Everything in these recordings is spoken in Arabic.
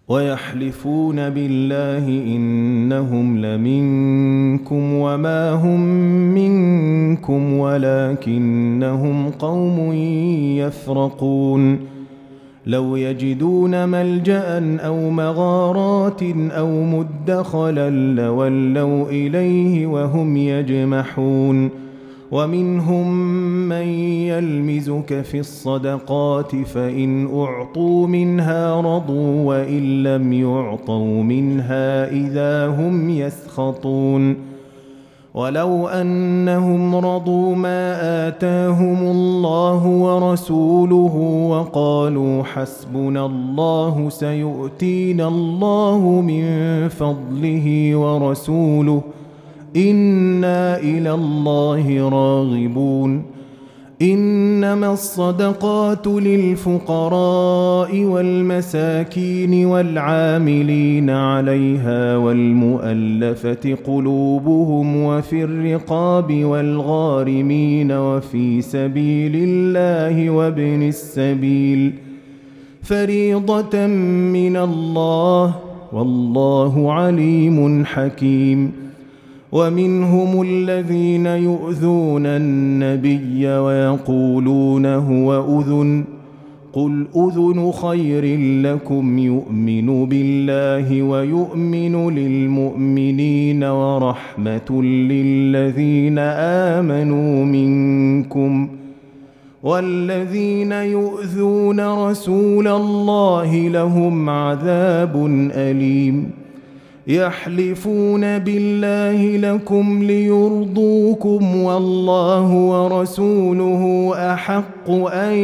ويحلفون بالله إنهم لمنكم وما هم منكم ولكنهم قوم يفرقون لو يجدون ملجأ أو مغارات أو مدخلا لولوا إليه وهم يجمحون ومنهم من يلمزك في الصدقات فإن أعطوا منها رضوا وإن لم يعطوا منها إذا هم يسخطون ولو أنهم رضوا ما آتاهم الله ورسوله وقالوا حسبنا الله سيؤتينا الله من فضله ورسوله إنا إلى الله راغبون إنما الصدقات للفقراء والمساكين والعاملين عليها والمؤلفة قلوبهم وفي الرقاب والغارمين وفي سبيل الله وابن السبيل فريضة من الله والله عليم حكيم ومنهم الذين يؤذون النبي ويقولون هو أذن قل أذن خير لكم يؤمن بالله ويؤمن للمؤمنين ورحمة للذين آمنوا منكم والذين يؤذون رسول الله لهم عذاب أليم يحلفون بالله لكم ليرضوكم والله ورسوله أحق أن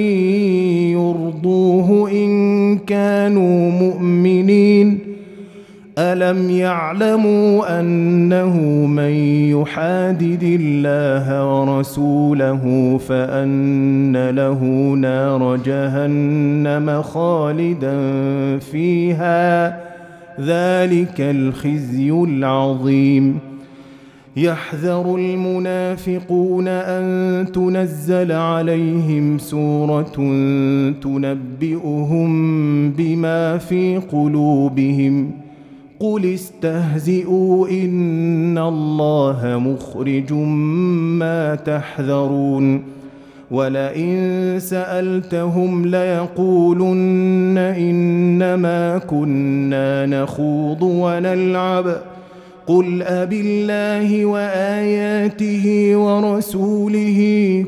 يرضوه إن كانوا مؤمنين ألم يعلموا أنه من يحادد الله ورسوله فأن له نار جهنم خالدا فيها ذلك الخزي العظيم يحذر المنافقون أن تنزل عليهم سورة تنبئهم بما في قلوبهم قل استهزئوا إن الله مخرج ما تحذرون ولئن سألتهم ليقولن إنما كنا نخوض ونلعب قل أبالله وآياته ورسوله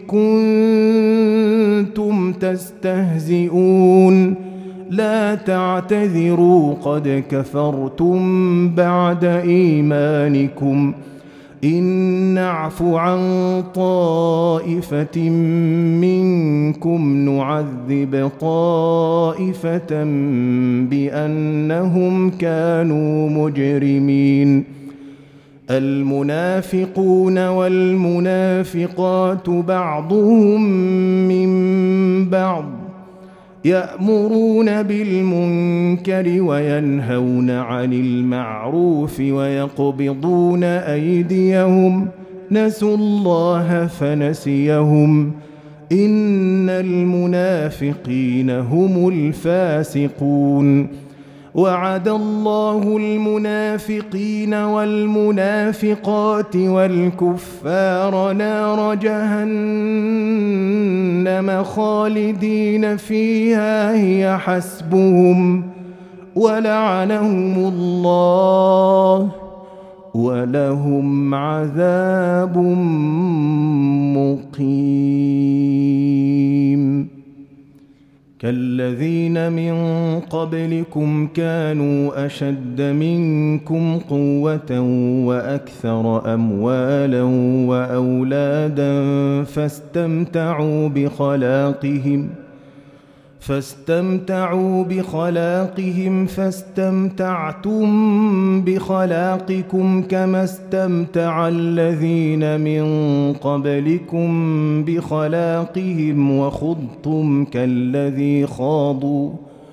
كنتم تستهزئون لا تعتذروا قد كفرتم بعد إيمانكم إن نعف عن طائفة منكم نعذب طائفة بأنهم كانوا مجرمين المنافقون والمنافقات بعضهم من بعض يأمرون بالمنكر وينهون عن المعروف ويقبضون أيديهم نسوا الله فنسيهم إن المنافقين هم الفاسقون وعد الله المنافقين والمنافقات والكفار نار جهنم خالدين فيها هي حسبهم ولعنهم الله ولهم عذاب مقيم كالذين من قبلكم كانوا أشد منكم قوة وأكثر أموالا وأولادا فاستمتعوا بخلاقهم فاستمتعتم بخلاقكم كما استمتع الذين من قبلكم بخلاقهم وخضتم كالذي خاضوا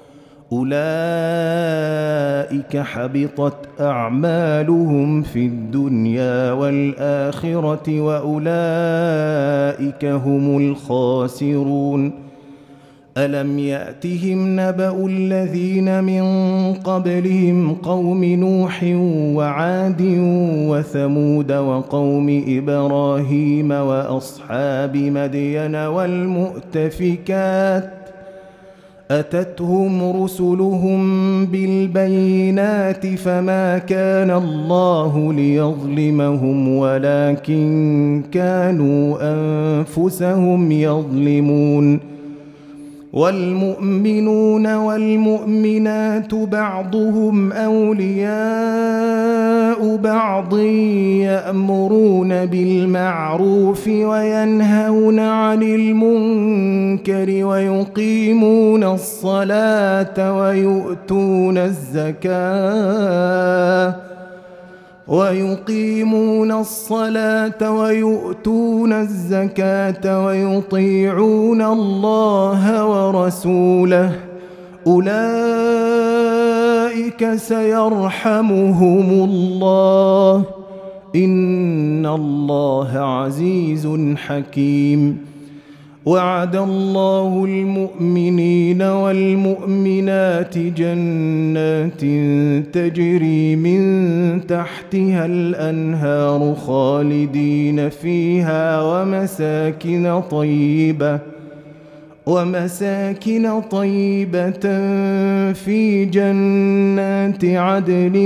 أولئك حبطت أعمالهم في الدنيا والآخرة وأولئك هم الخاسرون ألم يأتهم نبأ الذين من قبلهم قوم نوح وعاد وثمود وقوم إبراهيم وأصحاب مدين والمؤتفكات أتتهم رسلهم بالبينات فما كان الله ليظلمهم ولكن كانوا أنفسهم يظلمون والمؤمنون والمؤمنات بعضهم أولياء بعض يأمرون بالمعروف وينهون عن المنكر ويقيمون الصلاة ويؤتون الزكاة ويطيعون الله ورسوله أولئك سيرحمهم الله إن الله عزيز حكيم وعد الله المؤمنين والمؤمنات جنات تجري من تحتها الأنهار خالدين فيها ومساكن طيبة في جنات عدن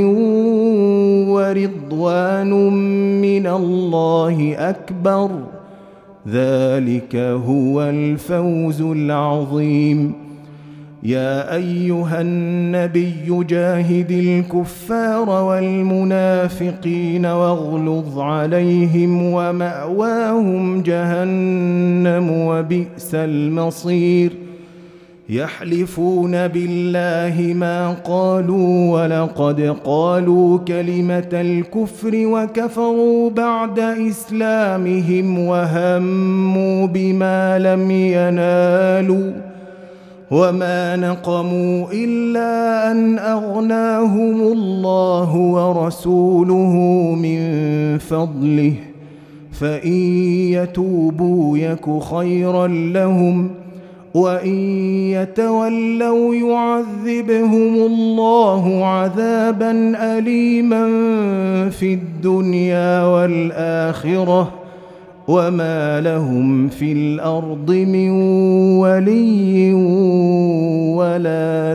ورضوان من الله أكبر ذلك هو الفوز العظيم يا أيها النبي جاهد الكفار والمنافقين واغلظ عليهم ومأواهم جهنم وبئس المصير يحلفون بالله ما قالوا ولقد قالوا كلمة الكفر وكفروا بعد إسلامهم وهموا بما لم ينالوا وما نقموا إلا أن أغناهم الله ورسوله من فضله فإن يتوبوا يك خيرا لهم وإن يتولوا يعذبهم الله عذابا أليما في الدنيا والآخرة وما لهم في الأرض من ولي ولا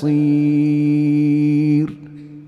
نصير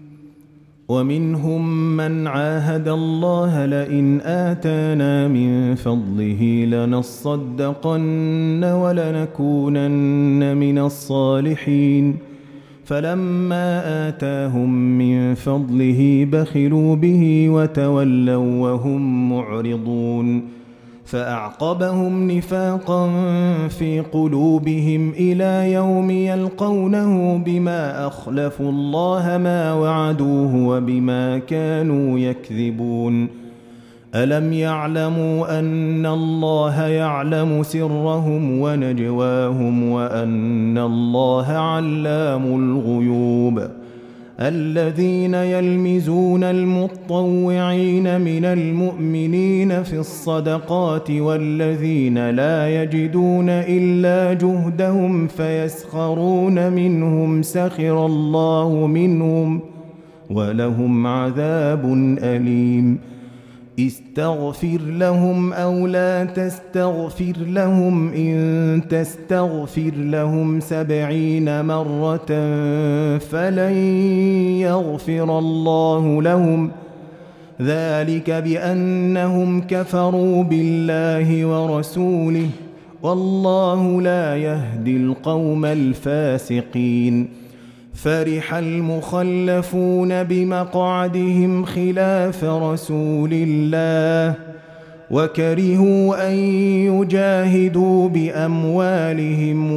ومنهم من عاهد الله لئن آتانا من فضله لنصدقن ولنكونن من الصالحين فلما آتاهم من فضله بخلوا به وتولوا وهم معرضون فأعقبهم نفاقا في قلوبهم إلى يوم يلقونه بما أخلفوا الله ما وعدوه وبما كانوا يكذبون ألم يعلموا أن الله يعلم سرهم ونجواهم وأن الله علام الغيوب الذين يلمزون المطوعين من المؤمنين في الصدقات والذين لا يجدون إلا جهدهم فيسخرون منهم سخر الله منهم ولهم عذاب أليم استغفر لهم أو لا تستغفر لهم إن تستغفر لهم 70 مرة فلن يغفر الله لهم ذلك بأنهم كفروا بالله ورسوله والله لا يهدي القوم الفاسقين فرح المخلفون بمقعدهم خلاف رسول الله وكرهوا أن يجاهدوا بأموالهم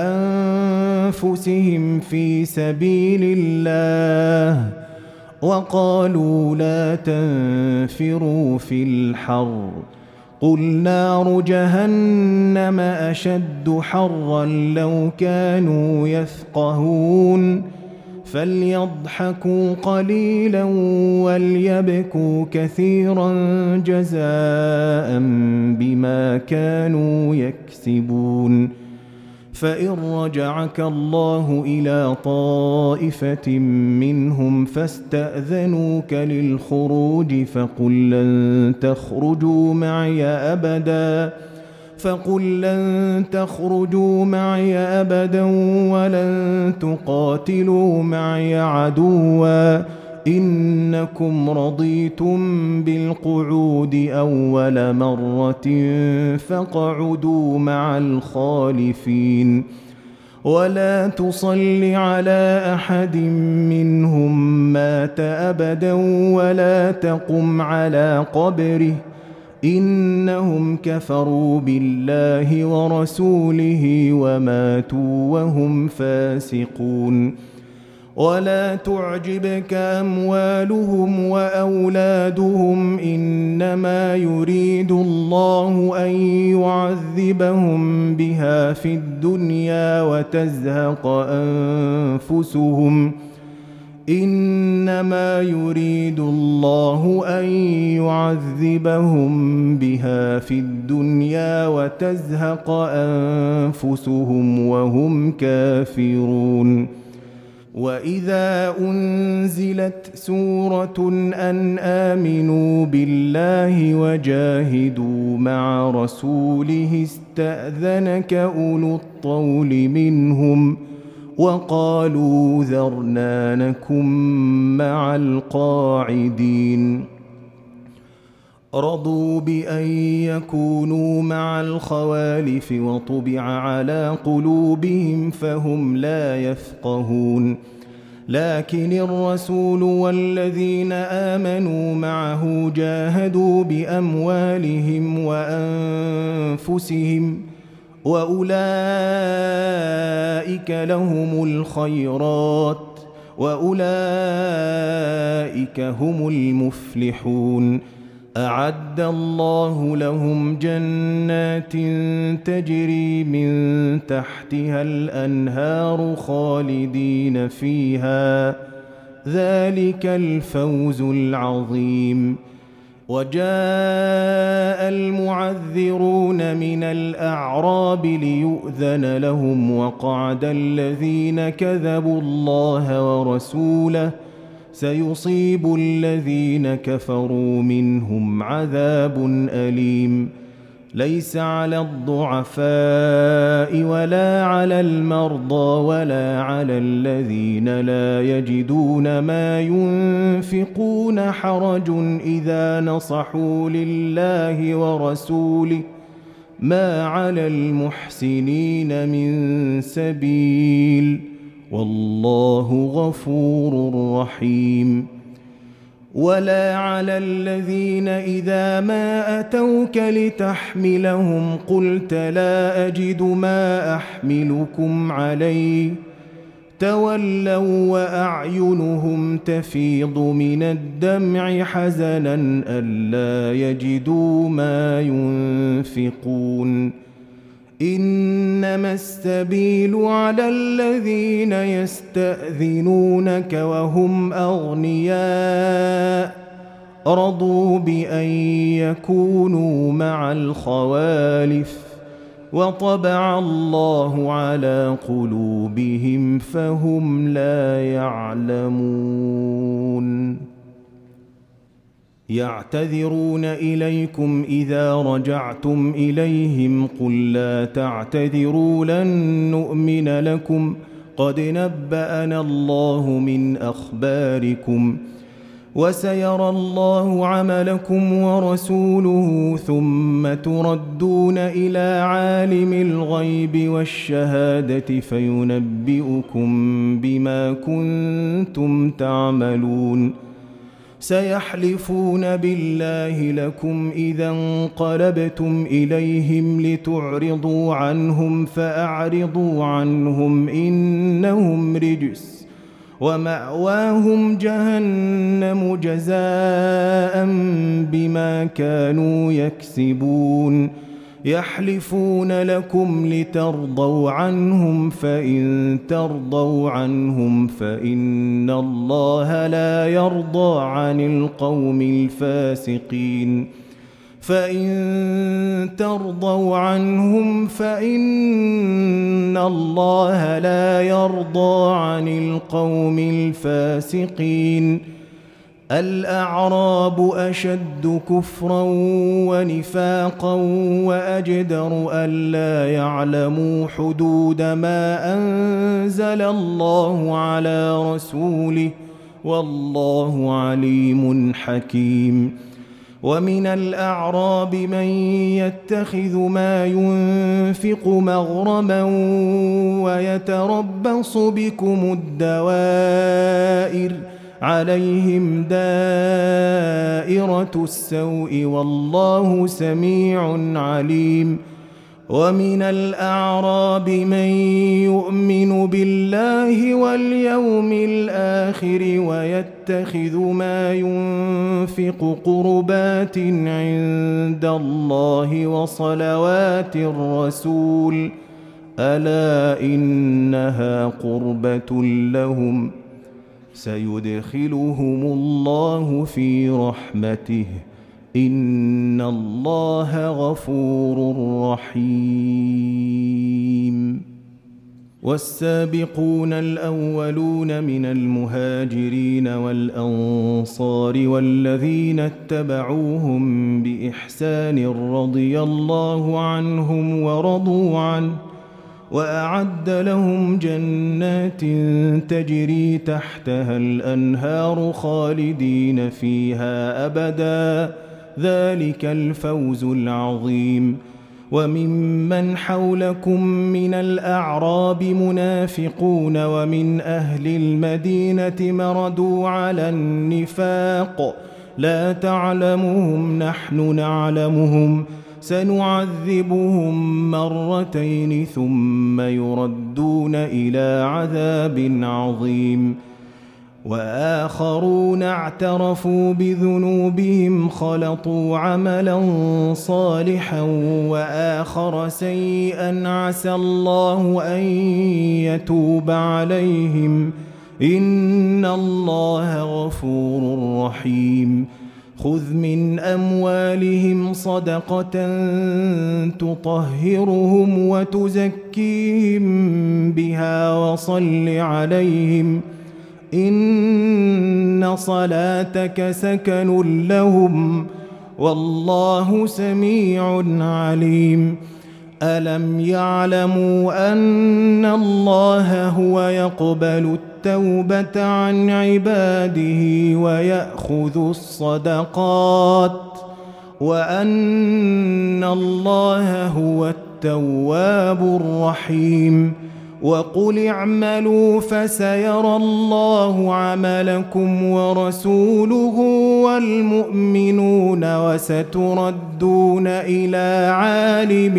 وأنفسهم في سبيل الله وقالوا لا تنفروا في الحر قل نار جهنم أشد حرا لو كانوا يفقهون فليضحكوا قليلا وليبكوا كثيرا جزاء بما كانوا يكسبون فإن رجعك الله إلى طائفة منهم فاستأذنوك للخروج فقل لن تخرجوا معي أبدا ولن تقاتلوا معي عدوا إنكم رضيتم بالقعود أول مرة فاقعدوا مع الخالفين ولا تصل على أحد منهم مات أبدا ولا تقم على قبره إنهم كفروا بالله ورسوله وماتوا وهم فاسقون ولا تعجبك أموالهم وأولادهم إنما يريد الله أن يعذبهم بها في الدنيا وتزهق أنفسهم وهم كافرون وإذا أنزلت سورة أن آمنوا بالله وجاهدوا مع رسوله استأذنك أولو الطول منهم وقالوا ذرنا نكن مع القاعدين رضوا بأن يكونوا مع الخوالف وطبع على قلوبهم فهم لا يفقهون لكن الرسول والذين آمنوا معه جاهدوا بأموالهم وأنفسهم وأولئك لهم الخيرات وأولئك هم المفلحون أعد الله لهم جنات تجري من تحتها الأنهار خالدين فيها ذلك الفوز العظيم وجاء المعذرون من الأعراب ليؤذن لهم وقعد الذين كذبوا الله ورسوله سيصيب الذين كفروا منهم عذاب أليم ليس على الضعفاء ولا على المرضى ولا على الذين لا يجدون ما ينفقون حرج إذا نصحوا لله ورسوله ما على المحسنين من سبيل والله غفور رحيم ولا على الذين إذا ما أتوك لتحملهم قلت لا أجد ما أحملكم عليه تولوا وأعينهم تفيض من الدمع حزنا ألا يجدوا ما ينفقون إنما السبيل على الذين يستأذنونك وهم أغنياء رضوا بأن يكونوا مع الخوالف وطبع الله على قلوبهم فهم لا يعلمون يعتذرون إليكم إذا رجعتم إليهم قل لا تعتذروا لن نؤمن لكم قد نبأنا الله من أخباركم وسيرى الله عملكم ورسوله ثم تردون إلى عالم الغيب والشهادة فينبئكم بما كنتم تعملون سيحلفون بالله لكم إذا انقلبتم إليهم لتعرضوا عنهم فأعرضوا عنهم إنهم رجس ومأواهم جهنم جزاء بما كانوا يكسبون يحلفون لكم لترضوا عنهم فإن ترضوا عنهم فإن الله لا يرضى عن القوم الفاسقين فإن ترضوا عنهم فإن الله لا يرضى عن القوم الفاسقين. الأعراب أشد كفرا ونفاقا وأجدر ألا يعلموا حدود ما أنزل الله على رسوله والله عليم حكيم. ومن الأعراب من يتخذ ما ينفق مغرما ويتربص بكم الدوائر عليهم دائرة السوء والله سميع عليم. ومن الأعراب من يؤمن بالله واليوم الآخر ويتخذ ما ينفق قربات عند الله وصلوات الرسول ألا إنها قربة لهم سيدخلهم الله في رحمته إن الله غفور رحيم. والسابقون الأولون من المهاجرين والأنصار والذين اتبعوهم بإحسان رضي الله عنهم ورضوا عنه وأعد لهم جنات تجري تحتها الأنهار خالدين فيها أبدا ذلك الفوز العظيم. وممن حولكم من الأعراب منافقون ومن أهل المدينة مردوا على النفاق لا تعلمهم نحن نعلمهم سنعذبهم مرتين ثم يردون إلى عذاب عظيم. وآخرون اعترفوا بذنوبهم خلطوا عملا صالحا وآخر سيئا عسى الله أن يتوب عليهم إن الله غفور رحيم. خذ من أموالهم صدقة تطهرهم وتزكيهم بها وصل عليهم إن صلاتك سكن لهم والله سميع عليم. ألم يعلموا أن الله هو يقبل التوبة عن عباده ويأخذ الصدقات وأن الله هو التواب الرحيم. وقل اعملوا فسيرى الله عملكم ورسوله والمؤمنون وستردون إلى عالم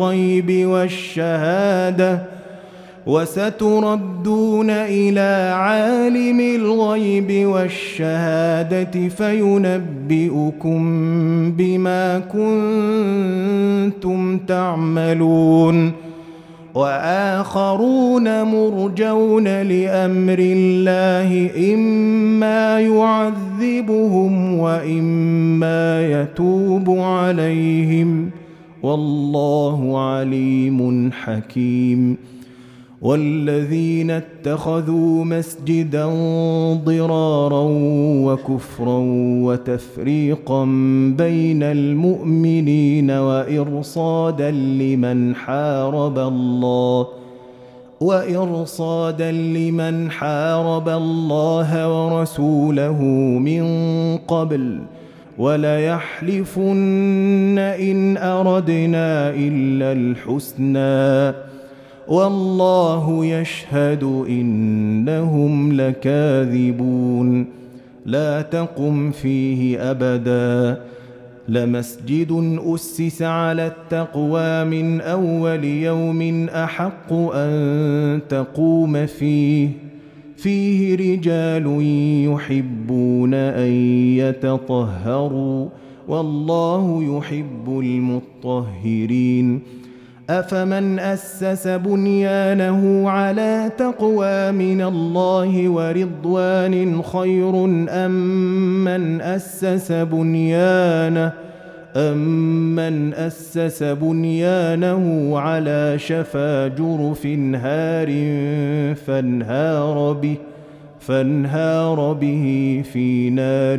الغيب والشهادة فينبئكم بما كنتم تعملون. وآخرون مرجون لأمر الله إما يعذبهم وإما يتوب عليهم والله عليم حكيم. والذين اتخذوا مسجدا ضرارا وكفرا وتفريقا بين المؤمنين وإرصادا لمن حارب الله ورسوله من قبل وليحلفن إن أردنا إلا الحسنى والله يشهد إنهم لكاذبون. لا تقم فيه أبدا لمسجد أسس على التقوى من أول يوم أحق أن تقوم فيه رجال يحبون أن يتطهروا والله يحب المطهرين. أفمن أسس بنيانه على تقوى من الله ورضوان خير أم من أسس أمن أسس بنيانه على شفا جرف هار فانهار به في نار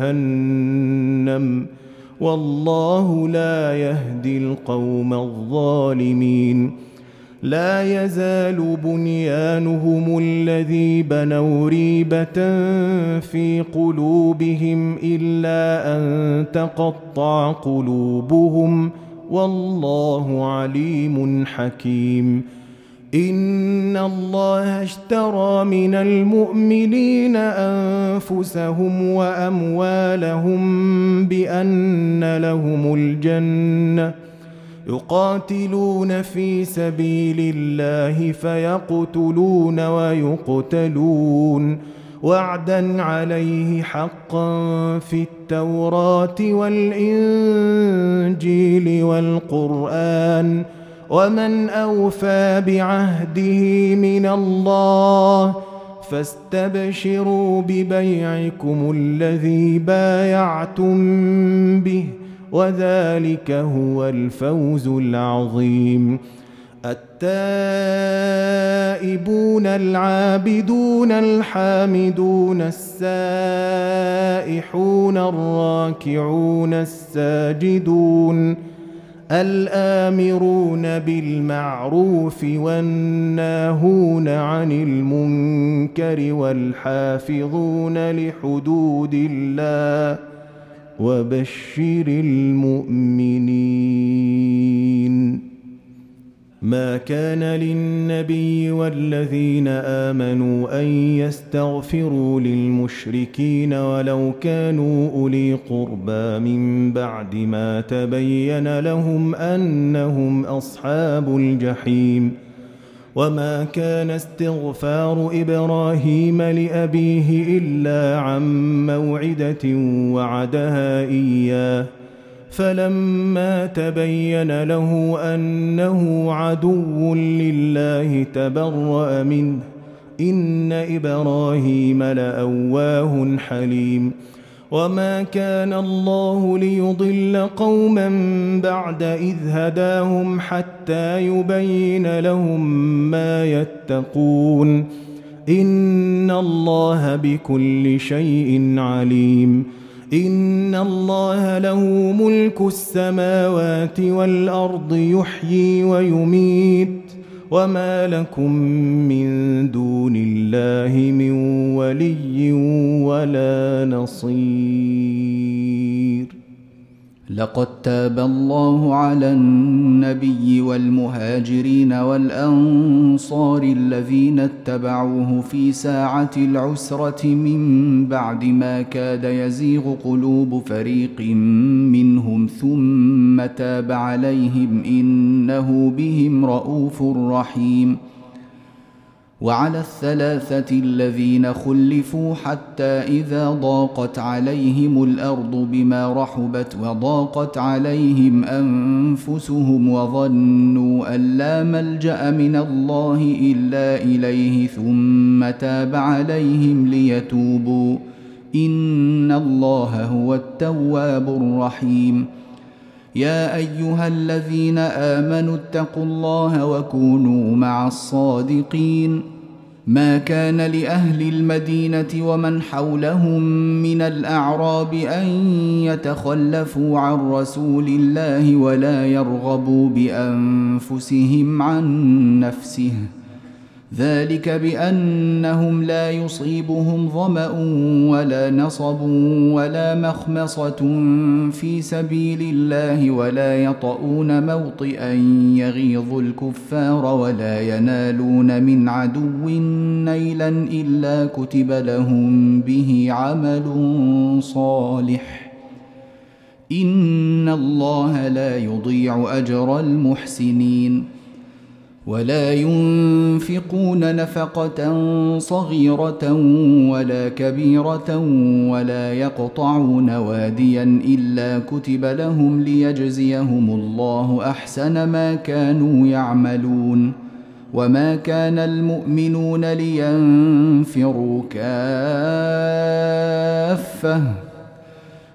جهنم والله لا يهدي القوم الظالمين لا يزال بنيانهم الذي بنوا ريبة في قلوبهم إلا أن تقطع قلوبهم والله عليم حكيم إن الله اشترى من المؤمنين أنفسهم وأموالهم بأن لهم الجنة يقاتلون في سبيل الله فيقتلون ويقتلون وعدا عليه حقا في التوراة والإنجيل والقرآن ومن أوفى بعهده من الله فاستبشروا ببيعكم الذي بايعتم به وذلك هو الفوز العظيم التائبون العابدون الحامدون السائحون الراكعون الساجدون الآمرون بالمعروف والناهون عن المنكر والحافظون لحدود الله وبشر المؤمنين ما كان للنبي والذين آمنوا أن يستغفروا للمشركين ولو كانوا أولي قربى من بعد ما تبين لهم أنهم أصحاب الجحيم وما كان استغفار إبراهيم لأبيه إلا عن موعدة وعدها إياه فلما تبين له أنه عدو لله تبرأ منه إن إبراهيم لأواه حليم وما كان الله ليضل قوما بعد إذ هداهم حتى يبين لهم ما يتقون إن الله بكل شيء عليم إن الله له ملك السماوات والأرض يحيي ويميت وما لكم من دون الله من ولي ولا نصير لقد تاب الله على النبي والمهاجرين والأنصار الذين اتبعوه في ساعة العسرة من بعد ما كاد يزيغ قلوب فريق منهم ثم تاب عليهم إنه بهم رءوف رحيم وعلى الثلاثة الذين خلفوا حتى إذا ضاقت عليهم الأرض بما رحبت وضاقت عليهم أنفسهم وظنوا أن لا ملجأ من الله إلا إليه ثم تاب عليهم ليتوبوا إن الله هو التواب الرحيم يا أيها الذين آمنوا اتقوا الله وكونوا مع الصادقين ما كان لأهل المدينة ومن حولهم من الأعراب أن يتخلفوا عن رسول الله ولا يرغبوا بأنفسهم عن نفسه ذلك بأنهم لا يصيبهم ظمأ ولا نصب ولا مخمصة في سبيل الله ولا يطؤون موطئا يغيظ الكفار ولا ينالون من عدو نيلا إلا كتب لهم به عمل صالح إن الله لا يضيع أجر المحسنين ولا ينفقون نفقة صغيرة ولا كبيرة ولا يقطعون واديا إلا كتب لهم ليجزيهم الله أحسن ما كانوا يعملون وما كان المؤمنون لينفروا كافة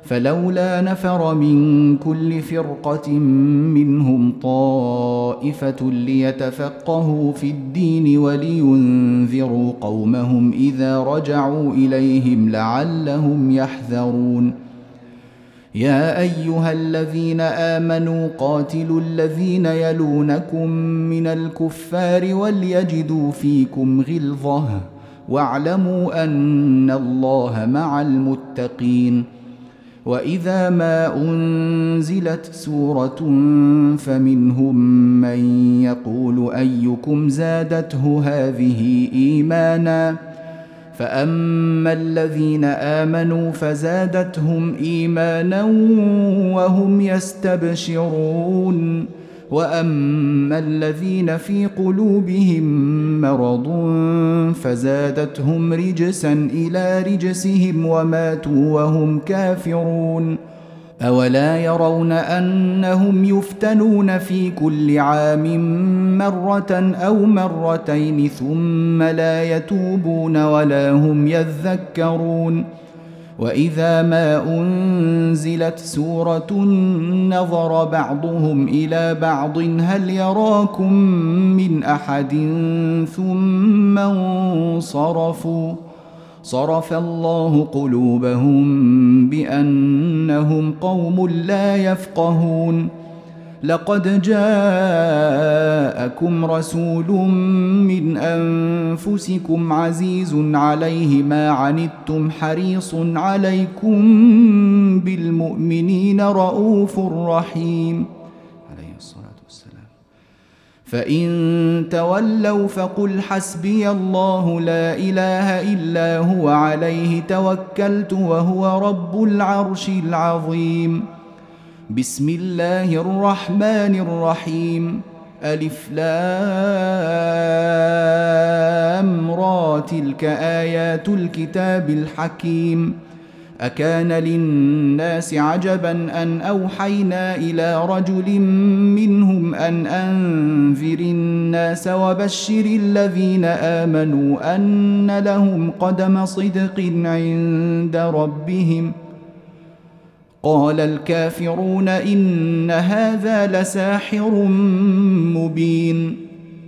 فلولا نفر من كل فرقة منهم طائفة ليتفقهوا في الدين ولينذروا قومهم إذا رجعوا إليهم لعلهم يحذرون يا أيها الذين آمنوا قاتلوا الذين يلونكم من الكفار وليجدوا فيكم غلظة واعلموا أن الله مع المتقين وإذا ما أنزلت سورة فمنهم من يقول أيكم زادته هذه إيمانا فأما الذين آمنوا فزادتهم إيمانا وهم يستبشرون وأما الذين في قلوبهم مرض فزادتهم رجسا إلى رجسهم وماتوا وهم كافرون أولا يرون أنهم يفتنون في كل عام مرة أو مرتين ثم لا يتوبون ولا هم يذكرون وإذا ما أنزلت سورة نظر بعضهم إلى بعض هل يراكم من أحد ثم انصرفوا صرف الله قلوبهم بأنهم قوم لا يفقهون لقد جاءكم رسول من أنفسكم عزيز عليه ما عنتم حريص عليكم بالمؤمنين رؤوف رحيم عليه الصلاة والسلام فإن تولوا فقل حسبي الله لا إله إلا هو عليه توكلت وهو رب العرش العظيم بسم الله الرحمن الرحيم ألف لام را تلك آيات الكتاب الحكيم أكان للناس عجبا أن أوحينا إلى رجل منهم أن أنذر الناس وبشر الذين آمنوا أن لهم قدم صدق عند ربهم قال الكافرون إن هذا لساحر مبين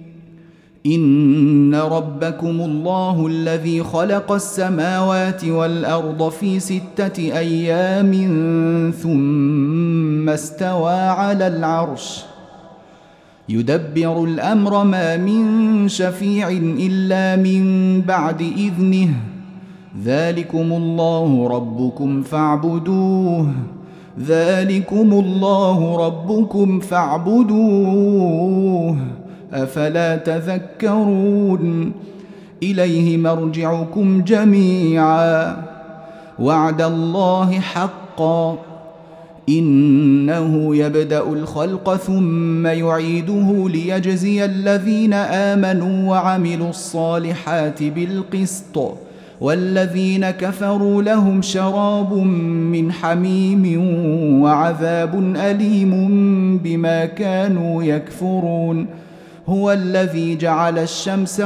إن ربكم الله الذي خلق السماوات والأرض في 6 أيام ثم استوى على العرش يدبر الأمر ما من شفيع إلا من بعد إذنه ذلكم الله ربكم فاعبدوه أفلا تذكرون إليه مرجعكم جميعا وعد الله حقا إنه يبدأ الخلق ثم يعيده ليجزي الذين آمنوا وعملوا الصالحات بالقسط والذين كفروا لهم شراب من حميم وعذاب أليم بما كانوا يكفرون هو الذي جعل الشمس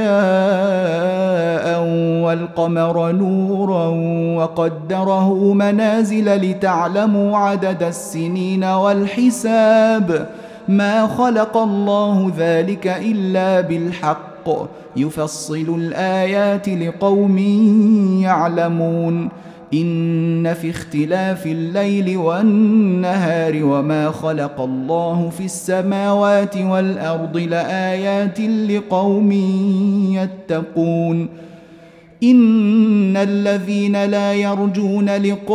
ضياء والقمر نورا وقدره منازل لتعلموا عدد السنين والحساب ما خلق الله ذلك إلا بالحق يفصل الآيات لقوم يعلمون إن في اختلاف الليل والنهار وما خلق الله في السماوات والأرض لآيات لقوم يتقون إن الذين لا يرجون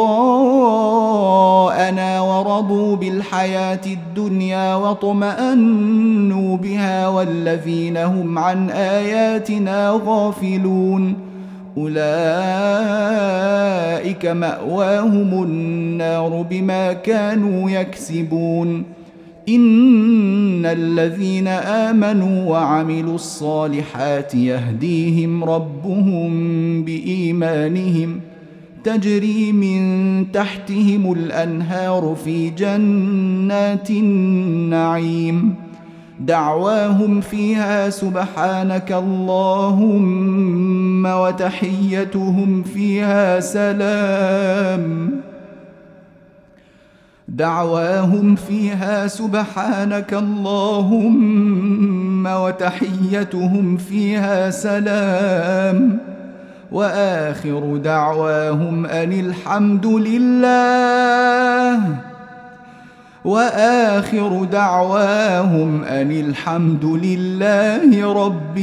لقاءنا ورضوا بالحياة الدنيا واطمأنوا بها والذين هم عن آياتنا غافلون أولئك مأواهم النار بما كانوا يكسبون إن الذين آمنوا وعملوا الصالحات يهديهم ربهم بإيمانهم تجري من تحتهم الأنهار في جنات النعيم دعواهم فيها سبحانك اللهم وتحيتهم فيها سلام دعواهم فيها سبحانك اللهم وتحيتهم فيها سلام وآخر دعواهم أن الحمد لله رب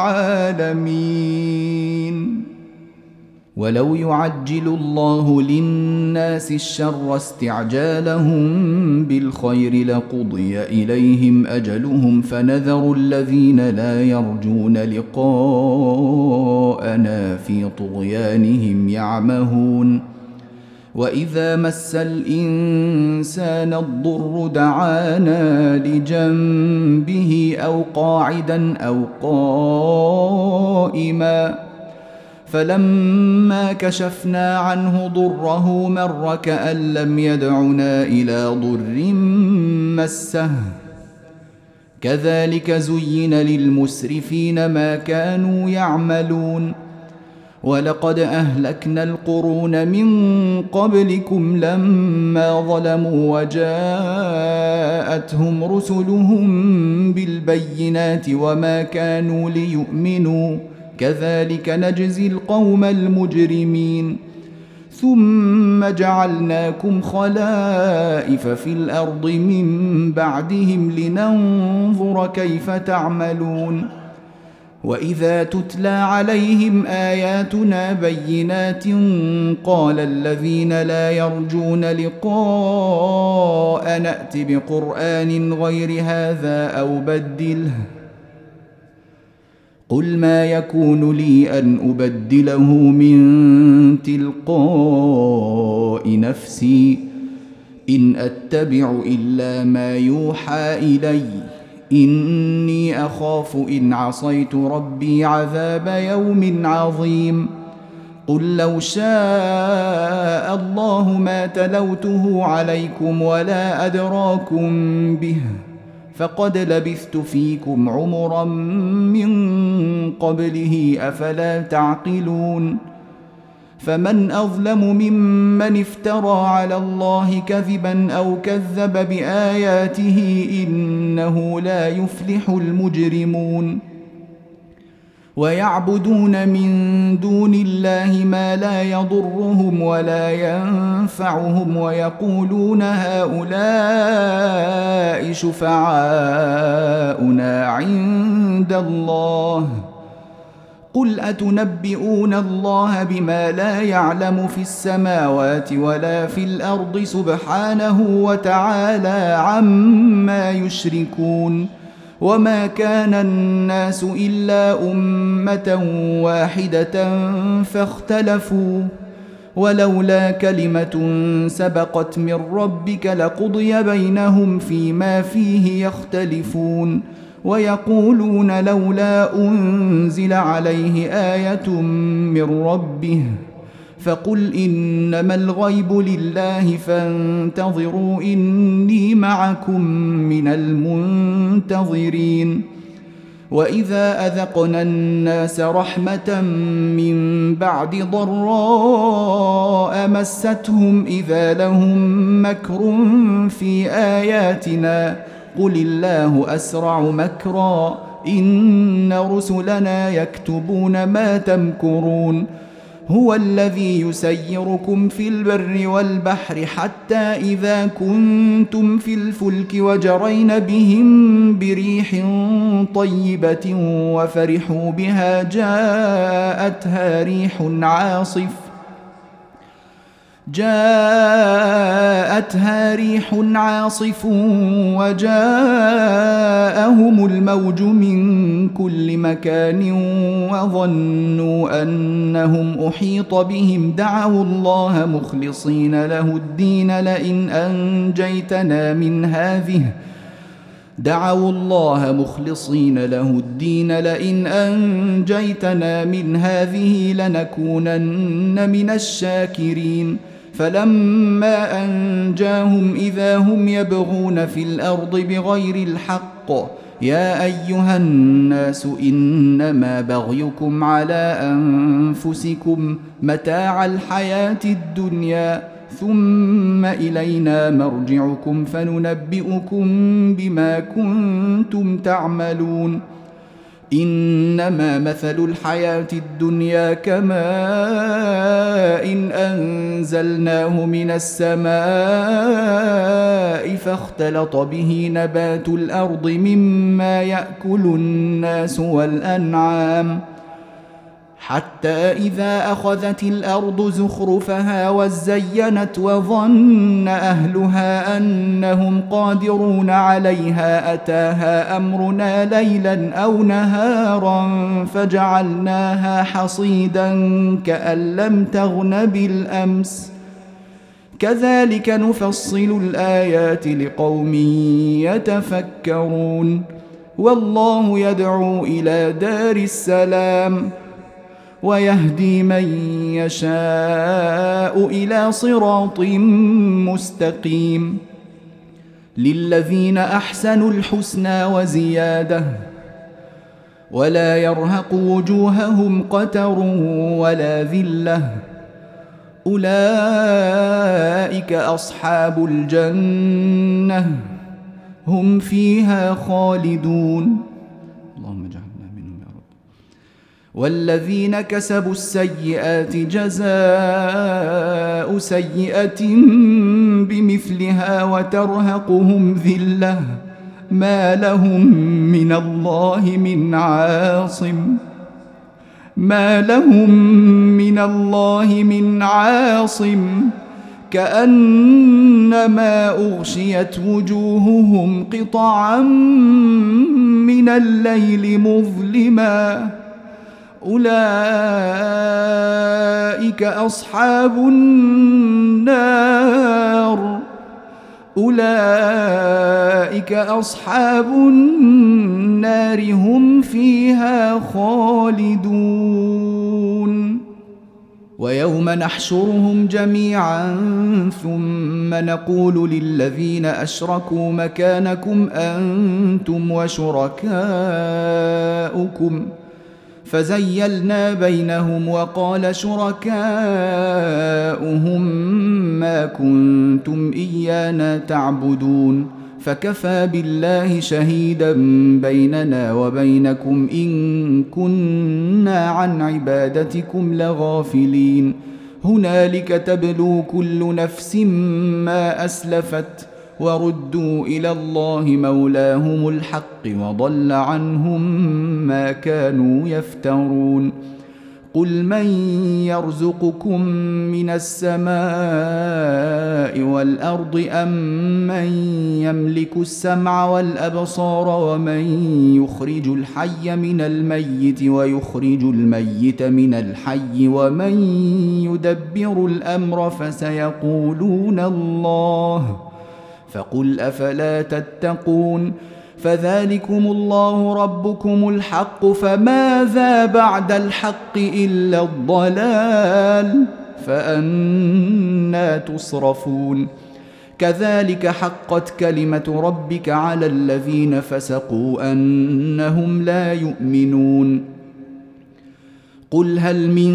العالمين. ولو يعجل الله للناس الشر استعجالهم بالخير لقضي إليهم أجلهم فنذر الذين لا يرجون لقاءنا في طغيانهم يعمهون. وإذا مس الإنسان الضر دعانا لجنبه أو قاعدا أو قائما فلما كشفنا عنه ضره مر كأن لم يدعنا إلى ضر مسه كذلك زين للمسرفين ما كانوا يعملون. ولقد أهلكنا القرون من قبلكم لما ظلموا وجاءتهم رسلهم بالبينات وما كانوا ليؤمنوا كذلك نجزي القوم المجرمين. ثم جعلناكم خلائف في الأرض من بعدهم لننظر كيف تعملون. وإذا تتلى عليهم آياتنا بينات قال الذين لا يرجون لقاء نأت بقرآن غير هذا أو بدله قل ما يكون لي أن أبدله من تلقاء نفسي إن أتبع إلا ما يوحى إلي إني أخاف إن عصيت ربي عذاب يوم عظيم. قل لو شاء الله ما تلوته عليكم ولا أدراكم به فقد لبثت فيكم عمرا من قبله أفلا تعقلون. فمن أظلم ممن افترى على الله كذبا أو كذب بآياته إنه لا يفلح المجرمون. ويعبدون من دون الله ما لا يضرهم ولا ينفعهم ويقولون هؤلاء شفعاؤنا عند الله قل أتنبئون الله بما لا يعلم في السماوات ولا في الأرض سبحانه وتعالى عما يشركون. وما كان الناس إلا أمة واحدة فاختلفوا ولولا كلمة سبقت من ربك لقضي بينهم فيما فيه يختلفون. ويقولون لولا أنزل عليه آية من ربه فقل إنما الغيب لله فانتظروا إني معكم من المنتظرين. وإذا أذقنا الناس رحمة من بعد ضراء مستهم إذا لهم مكر في آياتنا قل الله أسرع مكرا إن رسلنا يكتبون ما تمكرون. هو الذي يسيركم في البر والبحر حتى إذا كنتم في الفلك وجرين بهم بريح طيبة وفرحوا بها جاءتها ريح عاصف وجاءهم الموج من كل مكان وظنوا أنهم أحيط بهم دعوا الله مخلصين له الدين لئن أنجيتنا من هذه لنكونن من الشاكرين. فلما أنجاهم إذا هم يبغون في الأرض بغير الحق يا أيها الناس إنما بغيكم على أنفسكم متاع الحياة الدنيا ثم إلينا مرجعكم فننبئكم بما كنتم تعملون إنما مثل الحياة الدنيا كماء إن أنزلناه من السماء فاختلط به نبات الأرض مما يأكل الناس والأنعام حتى إذا أخذت الأرض زخرفها وزينت وظن أهلها أنهم قادرون عليها أتاها أمرنا ليلا أو نهارا فجعلناها حصيدا كأن لم تغن بالأمس كذلك نفصل الآيات لقوم يتفكرون والله يدعو إلى دار السلام ويهدي من يشاء إلى صراط مستقيم للذين أحسنوا الحسنى وزيادة ولا يرهق وجوههم قتر ولا ذلة أولئك أصحاب الجنة هم فيها خالدون اللهم اجعلنا منهم يا رب والذين كسبوا السيئات جزاء سيئة بمثلها وترهقهم ذلة ما لهم من الله من عاصم كأنما أغشيت وجوههم قطعا من الليل مظلما أولئك أصحاب النار هم فيها خالدون ويوم نحشرهم جميعا ثم نقول للذين أشركوا مكانكم أنتم وشركاؤكم فزيلنا بينهم وقال شركاؤهم ما كنتم إيانا تعبدون فكفى بالله شهيدا بيننا وبينكم إن كنا عن عبادتكم لغافلين هنالك تبلو كل نفس ما أسلفت وردوا إلى الله مولاهم الحق وضل عنهم ما كانوا يفترون قل من يرزقكم من السماء والأرض أم من يملك السمع والأبصار ومن يخرج الحي من الميت ويخرج الميت من الحي ومن يدبر الأمر فسيقولون الله فقل أفلا تتقون فذلكم الله ربكم الحق فماذا بعد الحق إلا الضلال فأنى تصرفون كذلك حقت كلمة ربك على الذين فسقوا أنهم لا يؤمنون قل هل من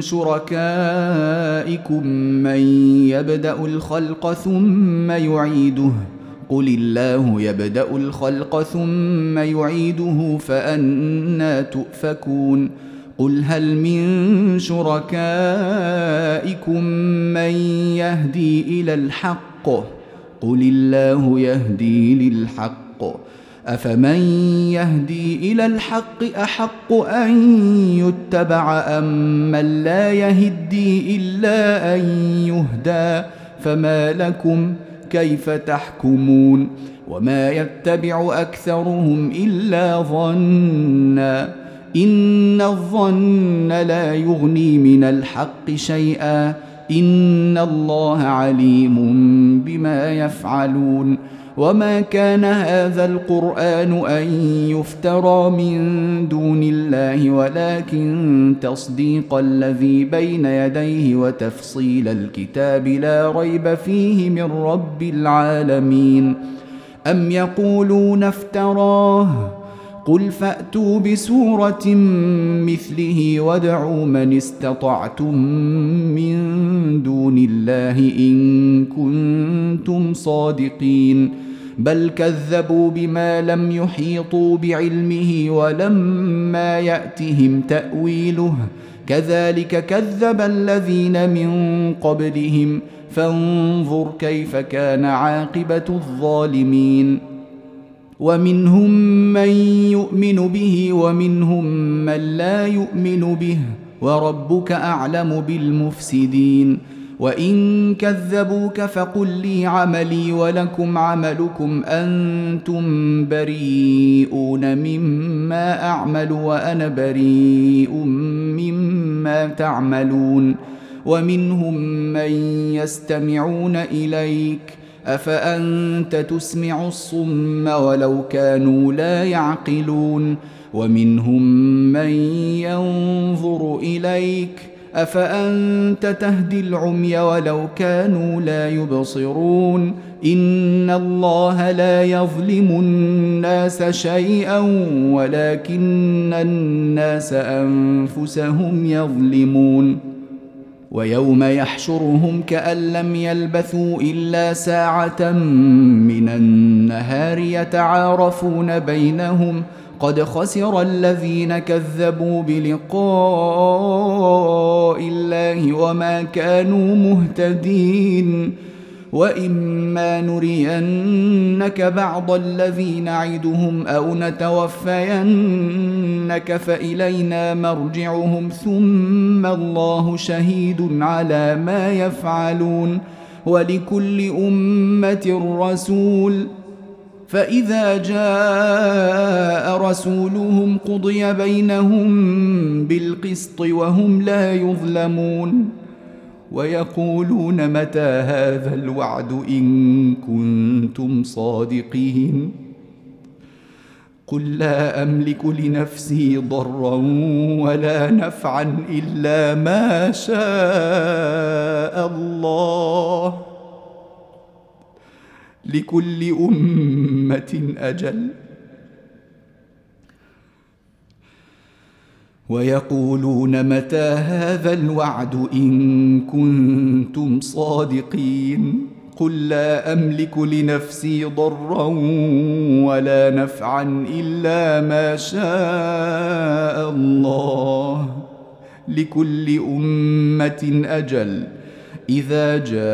شركائكم من يبدأ الخلق ثم يعيده قل الله يبدأ الخلق ثم يعيده فأنى تؤفكون قل هل من شركائكم من يهدي إلى الحق قل الله يهدي للحق أفمن يهدي إلى الحق أحق أن يتبع أم من لا يهدي إلا أن يهدى فما لكم كيف تحكمون وما يتبع أكثرهم إلا ظنا إن الظن لا يغني من الحق شيئا إن الله عليم بما يفعلون وما كان هذا القرآن أن يفترى من دون الله ولكن تصديق الذي بين يديه وتفصيل الكتاب لا ريب فيه من رب العالمين أم يقولون افتراه قل فأتوا بسورة مثله وادعوا من استطعتم من دون الله إن كنتم صادقين بل كذبوا بما لم يحيطوا بعلمه ولما يأتهم تأويله كذلك كذب الذين من قبلهم فانظر كيف كان عاقبة الظالمين ومنهم من يؤمن به ومنهم من لا يؤمن به وربك أعلم بالمفسدين وإن كذبوك فقل لي عملي ولكم عملكم أنتم بريئون مما أعمل وأنا بريء مما تعملون ومنهم من يستمعون إليك أفأنت تسمع الصم ولو كانوا لا يعقلون ومنهم من ينظر إليك أفأنت تهدي العمي ولو كانوا لا يبصرون إن الله لا يظلم الناس شيئا ولكن الناس أنفسهم يظلمون ويوم يحشرهم كأن لم يلبثوا إلا ساعة من النهار يتعارفون بينهم قد خسر الذين كذبوا بلقاء الله وما كانوا مهتدين وإما نرينك بعض الذي نعدهم أو نتوفينك فإلينا مرجعهم ثم الله شهيد على ما يفعلون ولكل أمة رسول فإذا جاء رسولهم قضي بينهم بالقسط وهم لا يظلمون ويقولون متى هذا الوعد إن كنتم صادقين قل لا أملك لنفسي ضرا ولا نفعا إلا ما شاء الله لكل أمة أجل ويقولون متى هذا الوعد إن كنتم صادقين قل لا أملك لنفسي ضرا ولا نفعا إلا ما شاء الله لكل أمة أجل إذا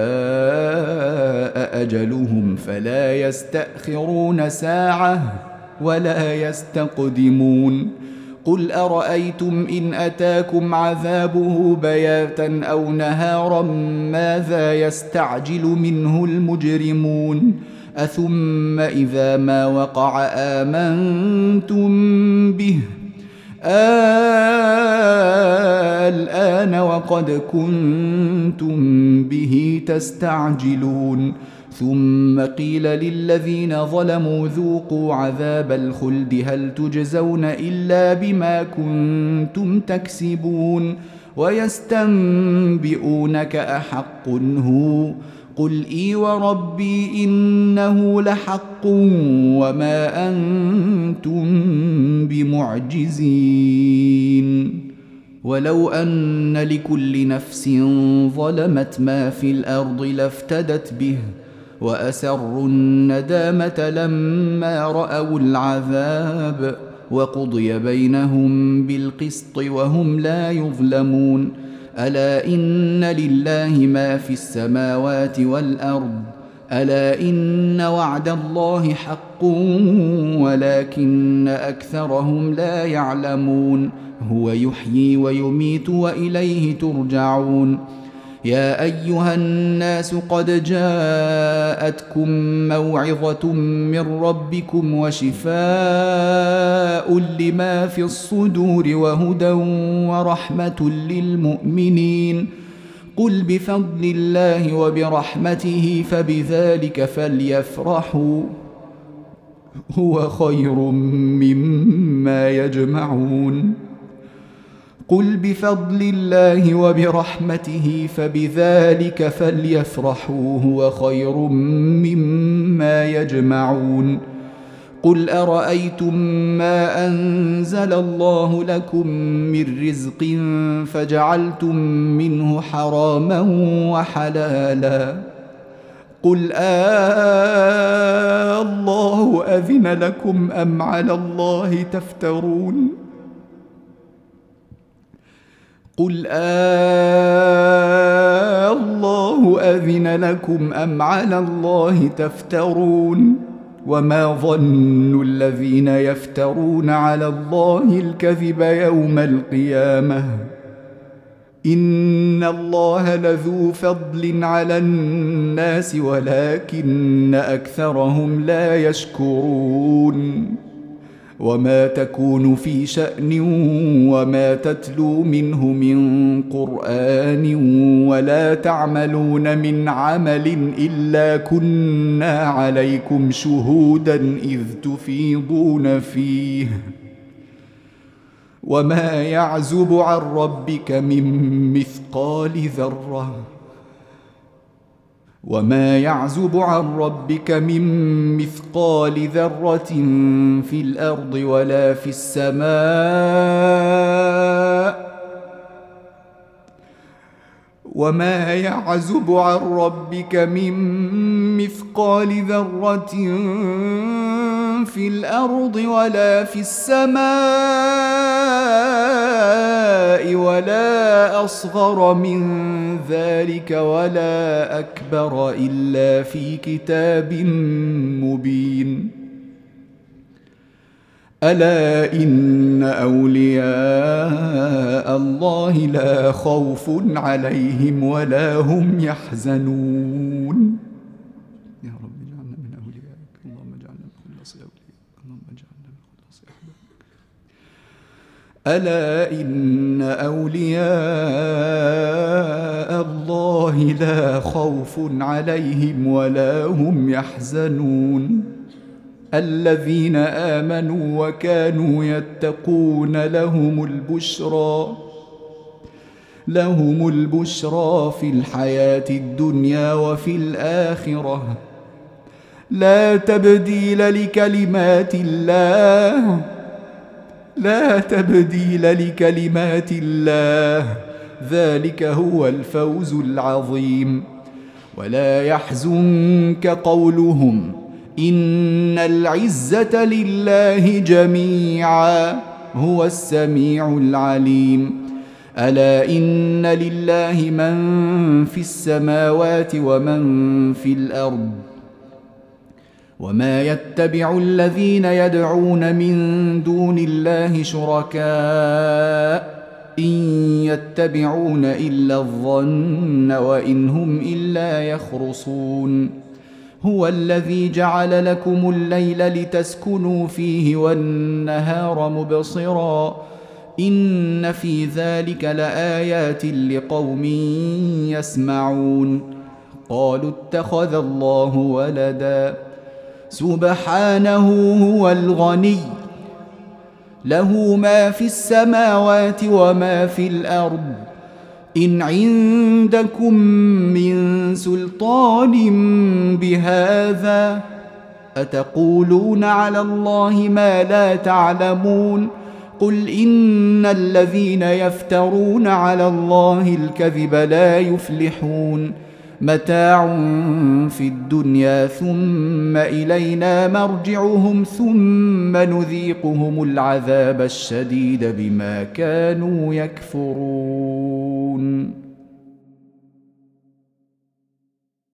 جاء أجلهم فلا يستأخرون ساعة ولا يستقدمون قل أرأيتم إن أتاكم عذابه بياتا أو نهارا ماذا يستعجل منه المجرمون أثم إذا ما وقع آمنتم به الآن وقد كنتم به تستعجلون ثم قيل للذين ظلموا ذوقوا عذاب الخلد هل تجزون إلا بما كنتم تكسبون ويستنبئونك أحق هو قل إي وربي إنه لحق وما أنتم بمعجزين ولو أن لكل نفس ظلمت ما في الأرض لافتدت به وأسروا الندامة لما رأوا العذاب وقضي بينهم بالقسط وهم لا يظلمون ألا إن لله ما في السماوات والأرض ألا إن وعد الله حق ولكن أكثرهم لا يعلمون هو يحيي ويميت وإليه ترجعون يا أيها الناس قد جاءتكم موعظة من ربكم وشفاء لما في الصدور وهدى ورحمة للمؤمنين قل بفضل الله وبرحمته فبذلك فليفرحوا هو خير مما يجمعون قل بفضل الله وبرحمته فبذلك فليفرحوا هو خير مما يجمعون قل أرأيتم ما أنزل الله لكم من رزق فجعلتم منه حراما وحلالا قل الله أذن لكم أم على الله تفترون قل الله أذن لكم أم على الله تفترون وما ظن الذين يفترون على الله الكذب يوم القيامة إن الله لذو فضل على الناس ولكن أكثرهم لا يشكرون وما تكون في شأن وما تتلو منه من قرآن ولا تعملون من عمل إلا كنا عليكم شهودا إذ تفيضون فيه وما يعزب عن ربك من مثقال ذرة في الأرض ولا في السماء ولا أصغر من ذلك ولا أكبر إلا في كتاب مبين ألا إن أولياء الله لا خوف عليهم ولا هم يحزنون يا رب اجعلنا من أوليائك اللهم اجعلنا من خلص أوليائك اللهم اجعلنا من خلص أحبابك ألا إن أولياء الله لا خوف عليهم ولا هم يحزنون الذين آمنوا وكانوا يتقون لهم البشرى في الحياة الدنيا وفي الآخرة لا تبديل لكلمات الله ذلك هو الفوز العظيم ولا يحزنك قولهم إن العزة لله جميعا هو السميع العليم ألا إن لله من في السماوات ومن في الأرض وما يتبع الذين يدعون من دون الله شركاء إن يتبعون إلا الظن وإن هم إلا يخرصون هو الذي جعل لكم الليل لتسكنوا فيه والنهار مبصرا إن في ذلك لآيات لقوم يسمعون قالوا اتخذ الله ولدا سبحانه هو الغني له ما في السماوات وما في الأرض إن عندكم من سلطان بهذا أتقولون على الله ما لا تعلمون قل إن الذين يفترون على الله الكذب لا يفلحون متاع في الدنيا ثم إلينا مرجعهم ثم نذيقهم العذاب الشديد بما كانوا يكفرون